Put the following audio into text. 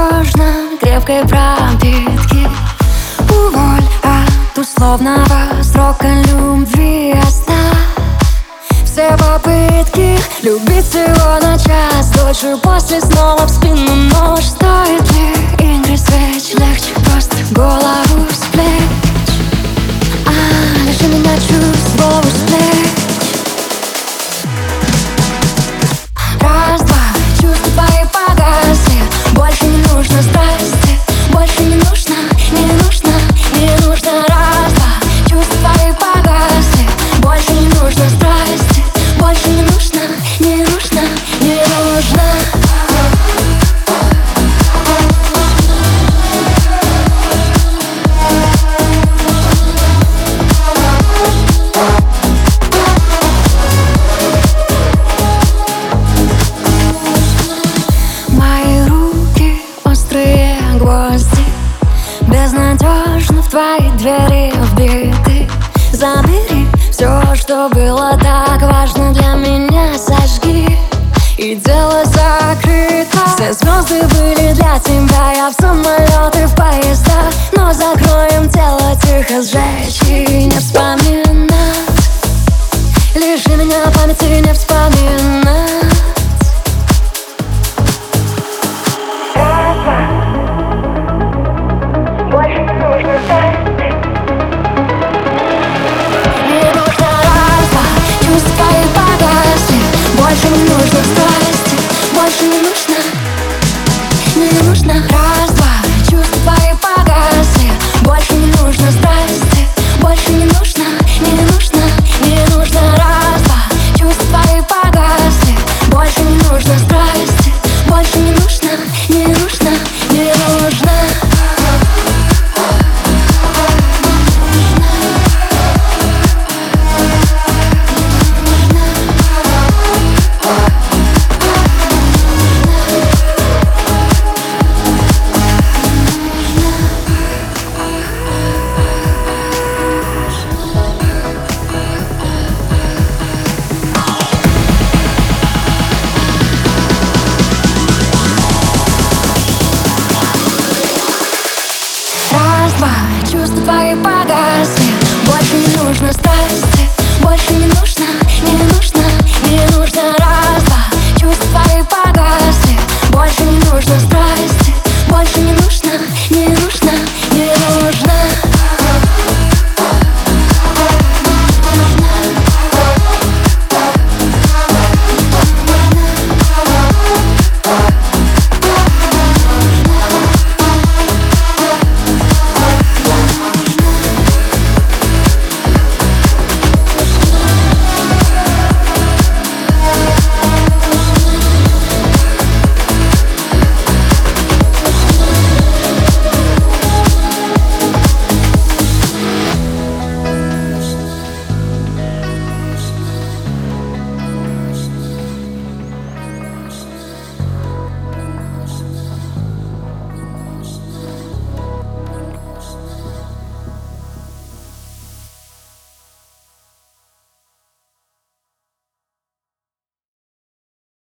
безнадежно крепкой пропитки. Уволь от условного срока любви оставь все попытки любить всего на час дольше. После снова в спину нож. Стоит ли игры свеч? Легче просто голову с плеч. Лиши меня чувств, голову с плеч. Раз, два, чувства твои погасли. Больше не нужно страсти. Больше не нужно, не нужно, не нужно. Раз, два, чувства твои погасли. Больше не нужно страсти. Больше не нужно, не нужно, не нужно. Мои руки острые гвозди, безнадежно в твои двери вбиты. Забери все, что было так важно для меня, сожги, и дело закрыто. Все звезды были для тебя, я в самолеты, в поезда. Но закроем тело, тихо сжечь и не вспоминать. Лиши меня памяти, не вспоминать. Больше не нужно страсти. Не нужно раз, два, чувства твои погасли. Больше не нужно страсти. Больше не нужно, не нужно. Раз, два, чувства твои погасли. Больше не нужно страсти. Больше не нужно, не нужно, не нужно. Раз, два, чувства твои погасли. Больше не нужно страсти. Больше не нужно, не нужно, не нужно. Раз, два, чувства твои погасли. Больше не нужно страсти.